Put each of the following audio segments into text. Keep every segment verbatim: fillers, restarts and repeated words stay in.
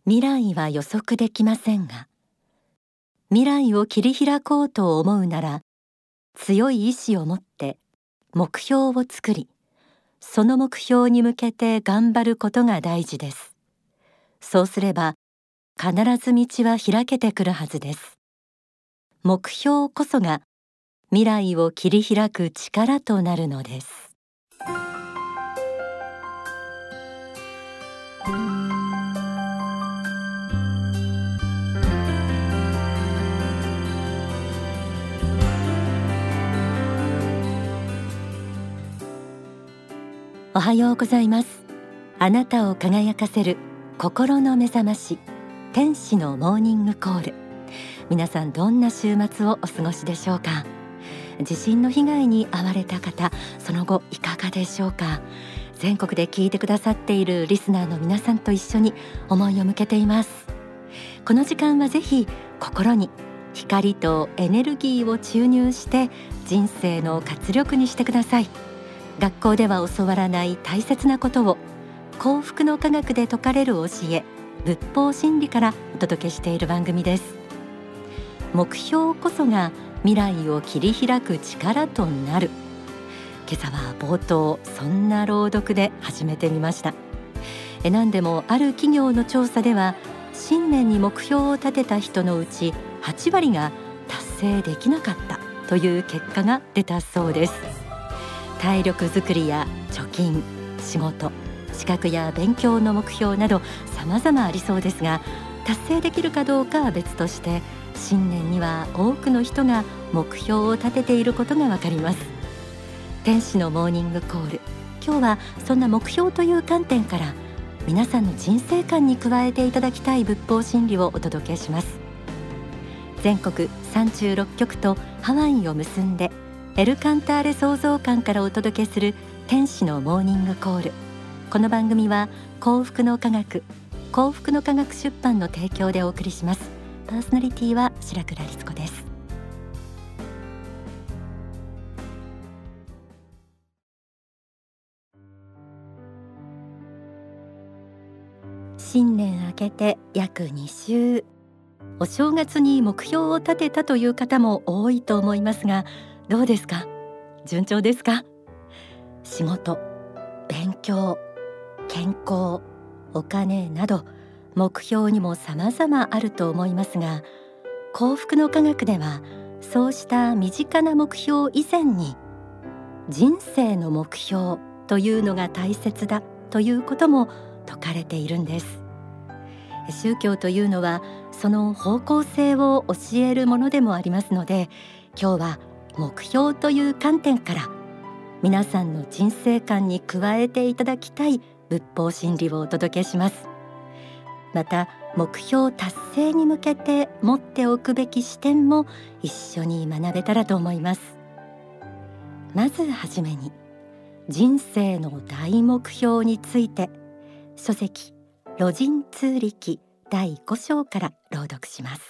未来は予測できませんが、未来を切り開こうと思うなら、強い意志を持って目標を作り、その目標に向けて頑張ることが大事です。そうすれば必ず道は開けてくるはずです。目標こそが未来を切り開く力となるのです。おはようございます。あなたを輝かせる心の目覚まし、天使のモーニングコール。皆さんどんな週末をお過ごしでしょうか。地震の被害に遭われた方、その後いかがでしょうか。全国で聞いてくださっているリスナーの皆さんと一緒に思いを向けています。この時間はぜひ心に光とエネルギーを注入して人生の活力にしてください。学校では教わらない大切なことを幸福の科学で説かれる教え、仏法真理からお届けしている番組です。目標こそが未来を切り開く力となる。今朝は冒頭そんな朗読で始めてみました。え何でもある企業の調査では、新年に目標を立てた人のうちはちわりが達成できなかったという結果が出たそうです。体力づくりや貯金、仕事、資格や勉強の目標など様々ありそうですが、達成できるかどうかは別として、新年には多くの人が目標を立てていることがわかります。天使のモーニングコール、今日はそんな目標という観点から皆さんの人生観に加えていただきたい仏法真理をお届けします。全国さんじゅうろっきょくとハワイを結んでエルカンターレ創造館からお届けする天使のモーニングコール。この番組は幸福の科学、幸福の科学出版の提供でお送りします。パーソナリティは白倉律子です。新年明けて約に週、お正月に目標を立てたという方も多いと思いますが、どうですか？順調ですか？仕事、勉強、健康、お金など目標にも様々あると思いますが、幸福の科学ではそうした身近な目標以前に人生の目標というのが大切だということも説かれているんです。宗教というのはその方向性を教えるものでもありますので、今日は目標という観点から皆さんの人生観に加えていただきたい仏法真理をお届けします。また目標達成に向けて持っておくべき視点も一緒に学べたらと思います。まずはじめに人生の大目標について、書籍路人通力だいご章から朗読します。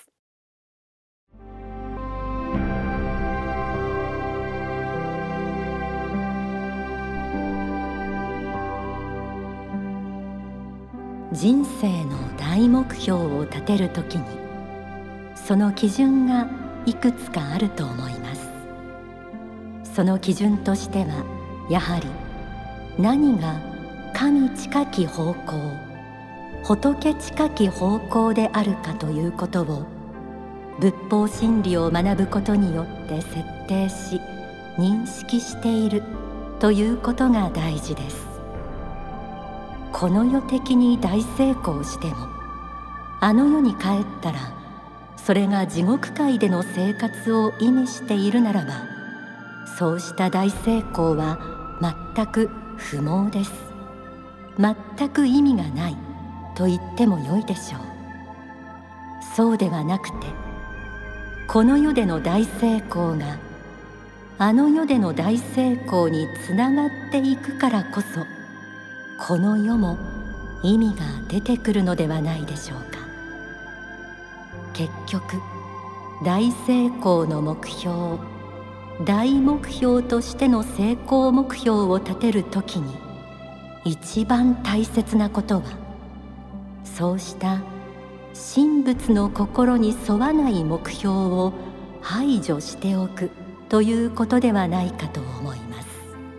人生の大目標を立てるときに、その基準がいくつかあると思います。その基準としては、やはり何が神近き方向、仏近き方向であるかということを仏法真理を学ぶことによって設定し認識しているということが大事です。この世的に大成功しても、あの世に帰ったらそれが地獄界での生活を意味しているならば、そうした大成功は全く不毛です。全く意味がないと言ってもよいでしょう。そうではなくて、この世での大成功があの世での大成功につながっていくからこそ、この世も意味が出てくるのではないでしょうか。結局、大成功の目標、大目標としての成功目標を立てるときに、一番大切なことは、そうした神仏の心に沿わない目標を排除しておくということではないかと思います。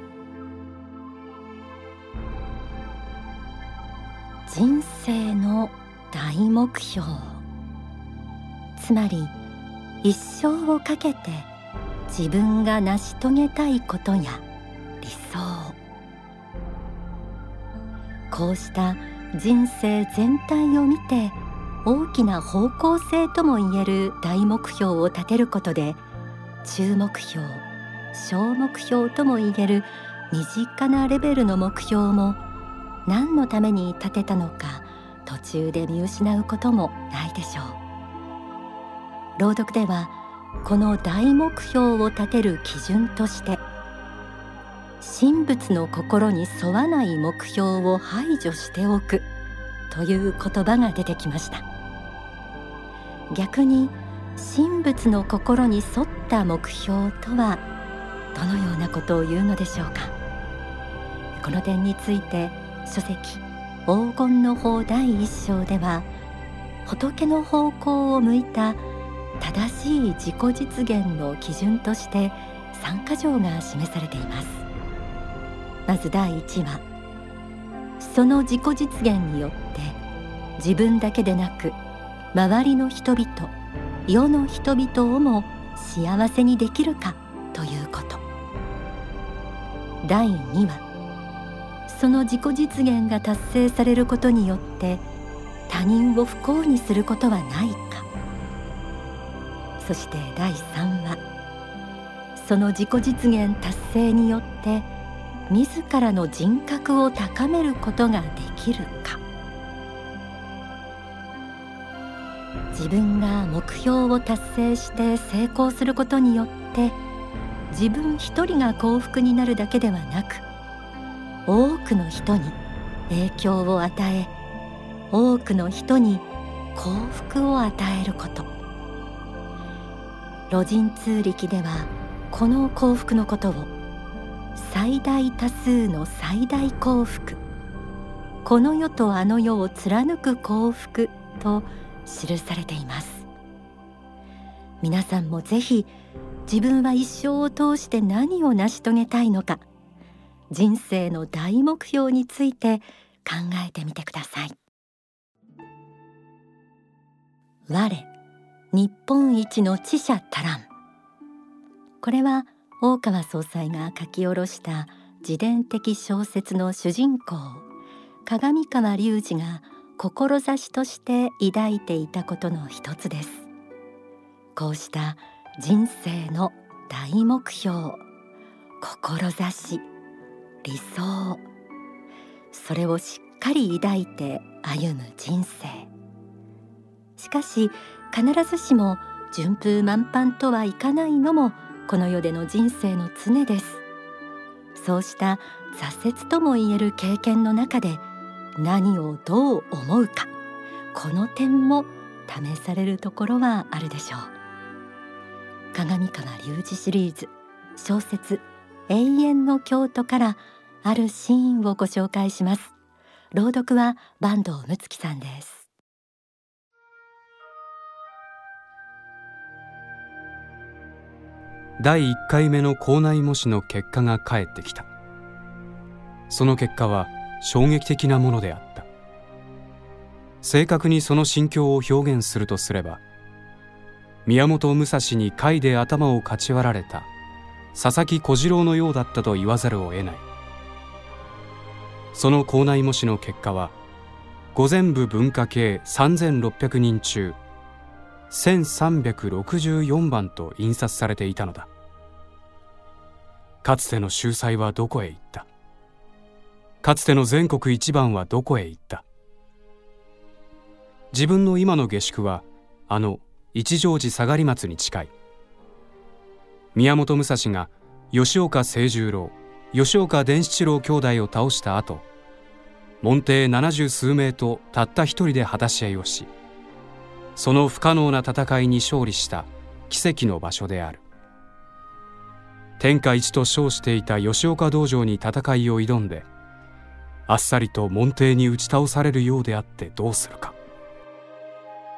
人生の大目標、つまり一生をかけて自分が成し遂げたいことや理想、こうした人生全体を見て大きな方向性ともいえる大目標を立てることで、中目標、小目標ともいえる身近なレベルの目標も何のために立てたのか途中で見失うこともないでしょう。朗読ではこの大目標を立てる基準として、神仏の心に沿わない目標を排除しておくという言葉が出てきました。逆に神仏の心に沿った目標とはどのようなことを言うのでしょうか。この点について書籍黄金の法第一章では、仏の方向を向いた正しい自己実現の基準としてさんか条が示されています。まずだいいちわ、その自己実現によって自分だけでなく周りの人々、世の人々をも幸せにできるかということ。だいにわ、その自己実現が達成されることによって他人を不幸にすることはないか。そしてだいさんわ、その自己実現達成によって自らの人格を高めることができるか。自分が目標を達成して成功することによって自分一人が幸福になるだけではなく、多くの人に影響を与え、多くの人に幸福を与えること。魯迅通力ではこの幸福のことを最大多数の最大幸福、この世とあの世を貫く幸福と記されています。皆さんもぜひ自分は一生を通して何を成し遂げたいのか、人生の大目標について考えてみてください。我、日本一の知者たらん。これは大川総裁が書き下ろした自伝的小説の主人公鏡川隆二が志として抱いていたことの一つです。こうした人生の大目標、志、理想、それをしっかり抱いて歩む人生。しかし必ずしも順風満帆とはいかないのもこの世での人生の常です。そうした挫折ともいえる経験の中で何をどう思うか、この点も試されるところはあるでしょう。鏡川隆二シリーズ小説永遠の京都からあるシーンをご紹介します。朗読は坂東睦月さんです。 だいいっかいめの校内模試の結果が返ってきた。その結果は衝撃的なものであった。正確にその心境を表現するとすれば、宮本武蔵に貝で頭をかち割られた佐々木小次郎のようだったと言わざるを得ない。その校内模試の結果は午前部文化系さんぜんろっぴゃくにん中せんさんびゃくろくじゅうよんばんと印刷されていたのだ。かつての秀才はどこへ行った。かつての全国一番はどこへ行った。自分の今の下宿はあの一乗寺下がり松に近い。宮本武蔵が吉岡清十郎、吉岡伝七郎兄弟を倒した後、門弟七十数名とたった一人で果たし合いをし、その不可能な戦いに勝利した奇跡の場所である。天下一と称していた吉岡道場に戦いを挑んで、あっさりと門弟に打ち倒されるようであってどうするか。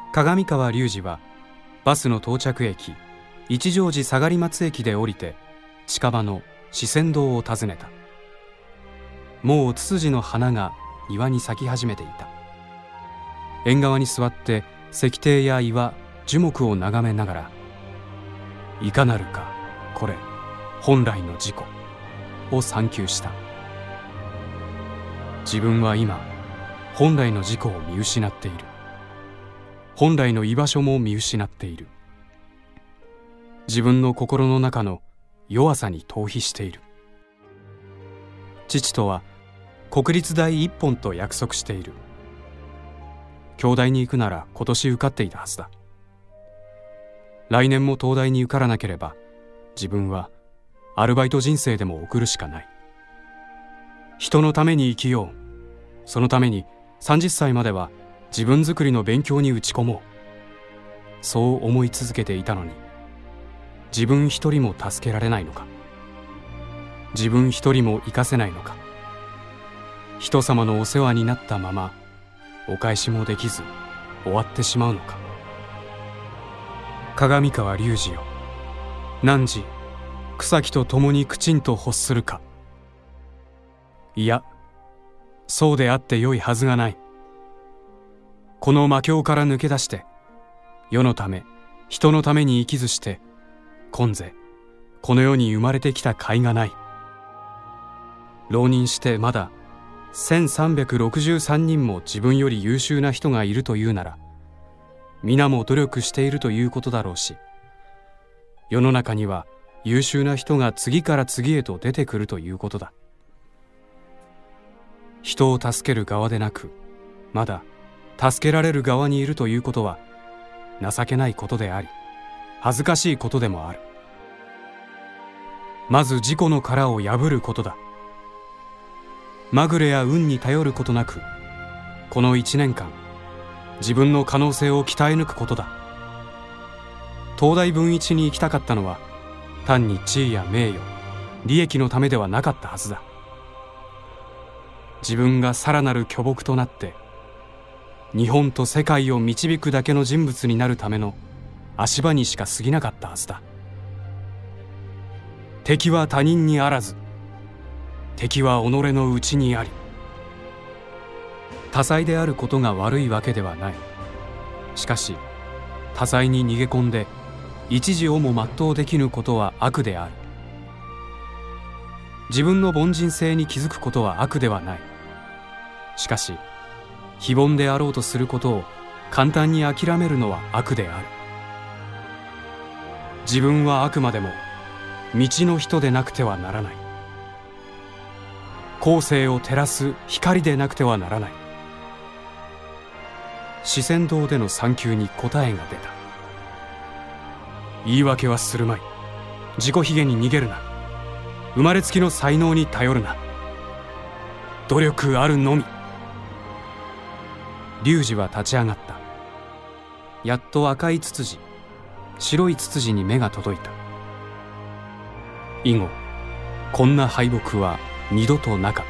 鏡川隆二はバスの到着駅一乗寺下松駅で降りて近場の四川堂を訪ねた。もうツツジの花が庭に咲き始めていた。縁側に座って石庭や岩樹木を眺めながら、いかなるかこれ本来の自己を参求した。自分は今本来の自己を見失っている。本来の居場所も見失っている。自分の心の中の弱さに逃避している。父とは国立大一本と約束している。京大に行くなら今年受かっていたはずだ。来年も東大に受からなければ自分はアルバイト人生でも送るしかない。人のために生きよう。そのためにさんじゅっさいまでは自分作りの勉強に打ち込もう。そう思い続けていたのに、自分一人も助けられないのか。自分一人も生かせないのか。人様のお世話になったままお返しもできず終わってしまうのか。鏡川隆二よ、汝草木と共にきちんと欲するか。いや、そうであってよいはずがない。この魔境から抜け出して世のため人のために生きずして今世この世に生まれてきた甲斐がない。浪人してまだせんさんびゃくろくじゅうさんにんも自分より優秀な人がいるというなら、皆も努力しているということだろうし、世の中には優秀な人が次から次へと出てくるということだ。人を助ける側でなく、まだ助けられる側にいるということは情けないことであり、恥ずかしいことでもある。まず自己の殻を破ることだ。まぐれや運に頼ることなく、この一年間自分の可能性を鍛え抜くことだ。東大文一に行きたかったのは単に地位や名誉、利益のためではなかったはずだ。自分がさらなる巨木となって日本と世界を導くだけの人物になるための足場にしか過ぎなかったはずだ。敵は他人にあらず、敵は己の内にあり。多才であることが悪いわけではない。しかし多才に逃げ込んで一時をも全うできぬことは悪である。自分の凡人性に気づくことは悪ではない。しかし非凡であろうとすることを簡単に諦めるのは悪である。自分はあくまでも道の人でなくてはならない。後世を照らす光でなくてはならない。四川堂での参求に答えが出た。言い訳はするまい。自己卑下に逃げるな。生まれつきの才能に頼るな。努力あるのみ。隆二は立ち上がった。やっと赤いツツジ、白いツツジに目が届いた。以後こんな敗北は二度となかった。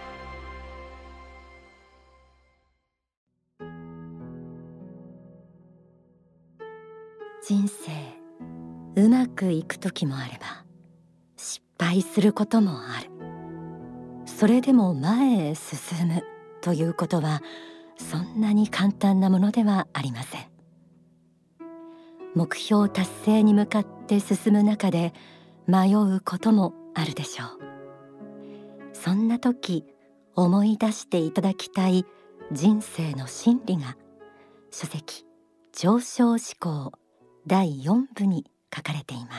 人生うまくいく時もあれば失敗することもある。それでも前へ進むということはそんなに簡単なものではありません。目標達成に向かって進む中で迷うこともあるでしょう。そんな時思い出していただきたい人生の真理が書籍上昇思考だいよんぶに書かれています。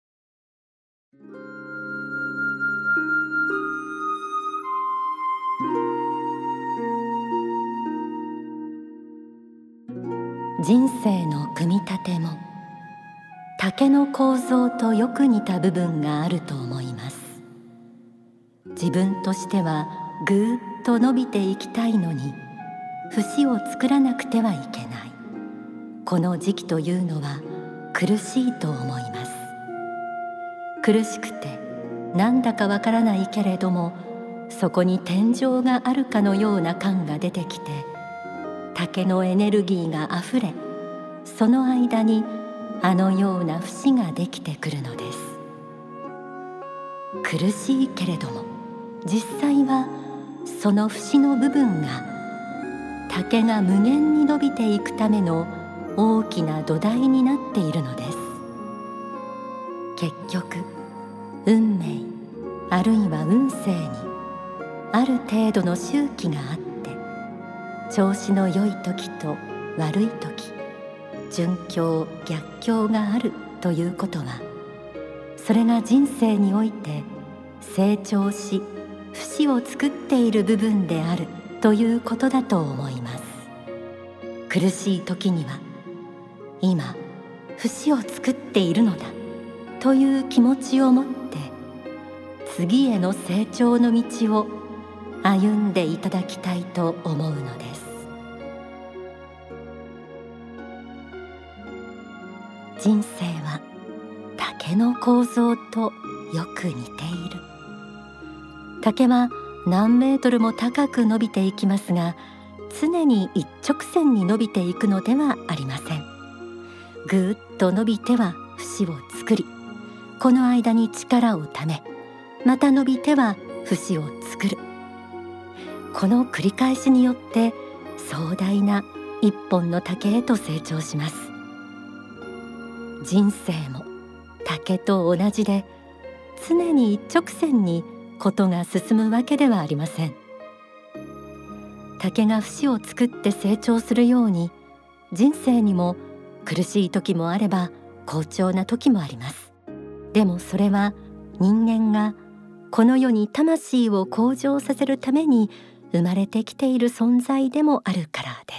人生の組み立ても竹の構造とよく似た部分があると思います。自分としてはぐーっと伸びていきたいのに節を作らなくてはいけない。この時期というのは苦しいと思います。苦しくてなんだかわからないけれども、そこに天井があるかのような感が出てきて、 竹のエネルギーがあふれ、その間にあのような節ができてくるのです。苦しいけれども、実際はその節の部分が竹が無限に伸びていくための大きな土台になっているのです。結局、運命あるいは運勢にある程度の周期があって、調子の良い時と悪い時、順境逆境があるということは、それが人生において成長し節を作っている部分であるということだと思います。苦しい時には、今節を作っているのだという気持ちを持って、次への成長の道を歩んでいただきたいと思うのです。人生は竹の構造とよく似ている。竹は何メートルも高く伸びていきますが、常に一直線に伸びていくのではありません。ぐーっと伸びては節を作り、この間に力をため、また伸びては節を作る。この繰り返しによって壮大な一本の竹へと成長します。人生も竹と同じで、常に一直線にことが進むわけではありません。竹が節を作って成長するように、人生にも苦しい時もあれば好調な時もあります。でもそれは人間がこの世に魂を向上させるために生まれてきている存在でもあるからです。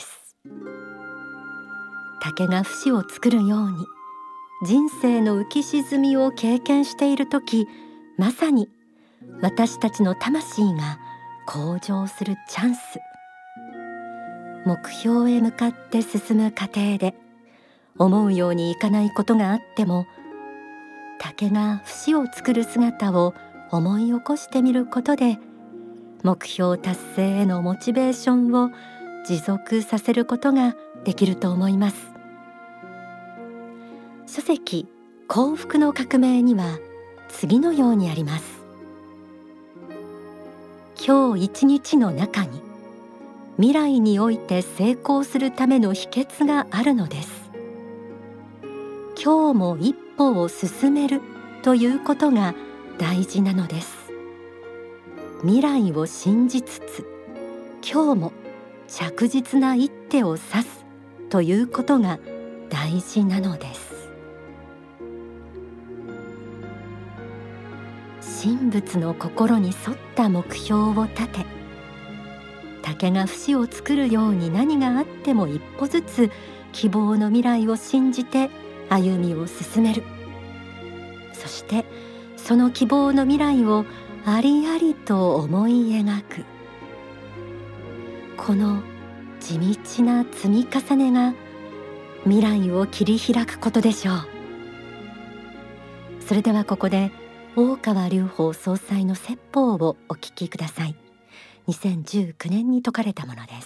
竹が節を作るように、人生の浮き沈みを経験している時、まさに私たちの魂が向上するチャンス。目標へ向かって進む過程で、思うようにいかないことがあっても、竹が節を作る姿を思い起こしてみることで、目標達成へのモチベーションを持続させることができると思います。書籍「幸福の革命」には次のようにあります。今日一日の中に未来において成功するための秘訣があるのです。今日も一歩を進めるということが大事なのです。未来を信じつつ、今日も着実な一手を指すということが大事なのです。神仏の心に沿った目標を立て、竹が節を作るように何があっても一歩ずつ希望の未来を信じて歩みを進める。そしてその希望の未来をありありと思い描く。この地道な積み重ねが未来を切り開くことでしょう。それではここで大川隆法総裁の説法をお聞きください。にせんじゅうきゅうねんに説かれたものです。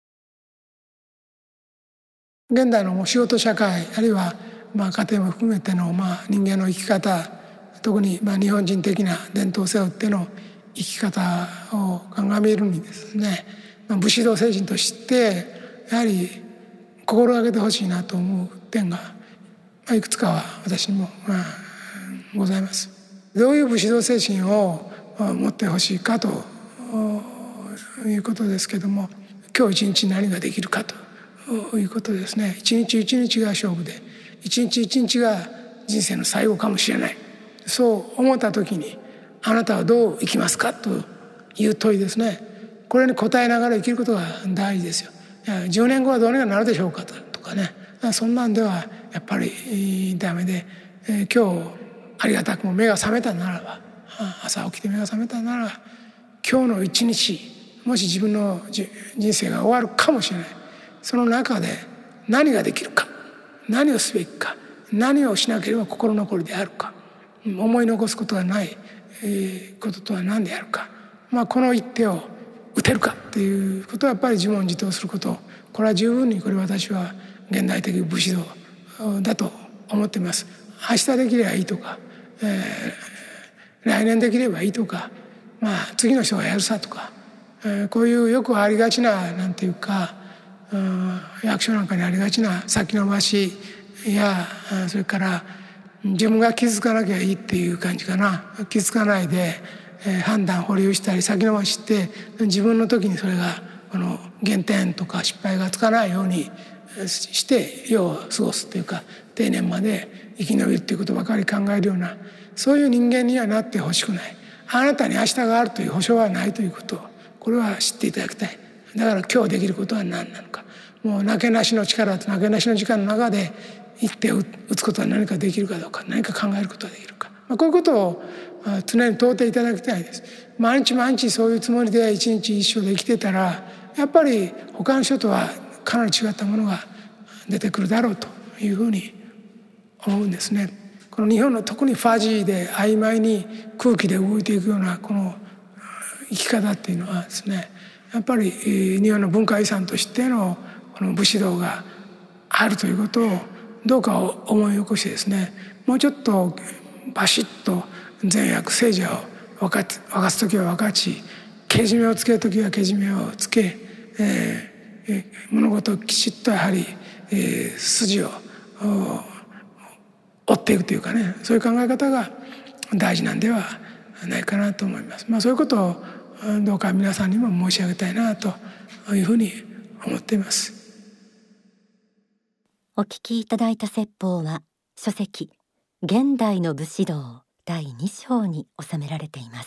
現代の仕事社会、あるいはまあ家庭も含めてのまあ人間の生き方、特にまあ日本人的な伝統を背負っての生き方を鑑みるにですね、まあ、武士道精神としてやはり心がけてほしいなと思う点が、まあ、いくつかは私にもまあございます。どういう武士道精神を持ってほしいかということですけども、今日一日何ができるかということですね。一日一日が勝負で、一日一日が人生の最後かもしれない、そう思った時にあなたはどう生きますかという問いですね。これに答えながら生きることが大事ですよ。いやじゅうねんごはどうにかなるでしょうかとかね、そんなんではやっぱりダメで、えー、今日ありがたくも目が覚めたならば、朝起きて目が覚めたならば、今日の一日、もし自分の人生が終わるかもしれない、その中で何ができるか、何をすべきか、何をしなければ心残りであるか、思い残すことがない、えー、こととは何であるか、まあ、この一手を打てるかっていうことはやっぱり自問自答すること、 これは十分にこれ私は現代的武士道だと思っています。明日できればいいとか、えー、来年できればいいとか、まあ次の人がやるさとか、えー、こういうよくありがちななんていうか、うん、役所なんかにありがちな先延ばしや、それから自分が気づかなきゃいいっていう感じかな。気づかないで、えー、判断保留したり先延ばしって自分の時にそれがこの減点とか失敗がつかないようにして世を過ごすっていうか、定年まで生き延びるっていうことばかり考えるような、そういう人間にはなってほしくない。あなたに明日があるという保証はないということを、これは知っていただきたい。だから今日できることは何なのか、もうなけなしの力となけなしの時間の中で一手を打つことは何かできるかどうか、何か考えることができるか、まあ、こういうことを常に問うていただきたいです。毎日毎日そういうつもりで一日一生で生きてたら、やっぱり他の人とはかなり違ったものが出てくるだろうというふうに思うんですね。この日本の特にファジーで曖昧に空気で動いていくようなこの生き方っていうのはですね、やっぱり日本の文化遺産としてのこの武士道があるということをどうか思い起こしてですね、もうちょっとバシッと善悪聖者を分かつ分かつ時は分かち、けじめをつける時はけじめをつけ、えー、物事をきちっとやはり、えー、筋を追っていくというかね、そういう考え方が大事なんではないかなと思います。まあ、そういうことをどうか皆さんにも申し上げたいなというふうに思っています。 お聞きいただいた説法は書籍現代の武士道だいに章に収められています。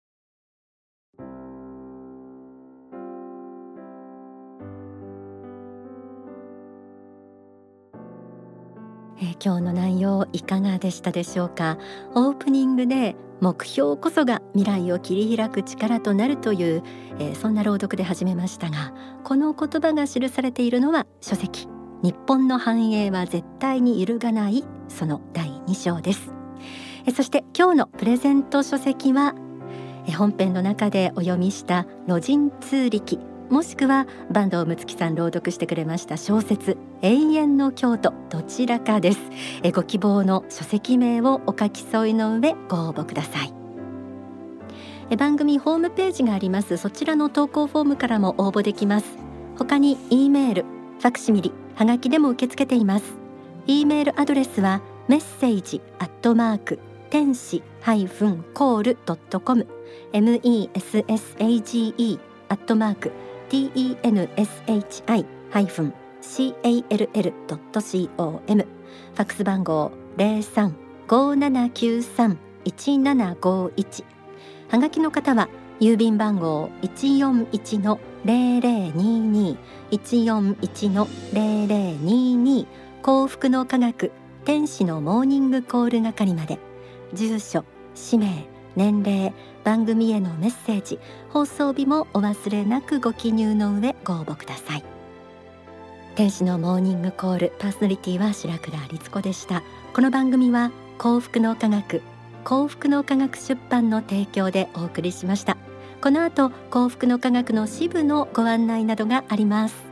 えー、今日の内容いかがでしたでしょうか。オープニングで目標こそが未来を切り開く力となるという、えー、そんな朗読で始めましたが、この言葉が記されているのは書籍日本の繁栄は絶対に揺るがないそのだいに章です。えー、そして今日のプレゼント書籍は、えー、本編の中でお読みした路人通力、もしくは坂東睦月さん朗読してくれました小説永遠の京都、どちらかです。えご希望の書籍名をお書き添えの上ご応募ください。え番組ホームページがあります。そちらの投稿フォームからも応募できます。他に E メール、ファクシミリ、はがきでも受け付けています。 E メールアドレスはメッセージアットマーク天使ハイフンコールドットコム メッセージ アットマーク テンシー ハイフン コール ドット コム ファックス番号 ゼロさん ごーななきゅうさん いちななごいち、はがきの方は郵便番号 いちよんいちのゼロゼロにに いちよんいちのゼロゼロにに幸福の科学天使のモーニングコール係まで、住所、氏名、年齢、番組へのメッセージ、放送日もお忘れなくご記入の上ご応募ください。天使のモーニングコール、パーソナリティは白倉律子でした。この番組は幸福の科学幸福の科学出版の提供でお送りしました。この後幸福の科学の支部のご案内などがあります。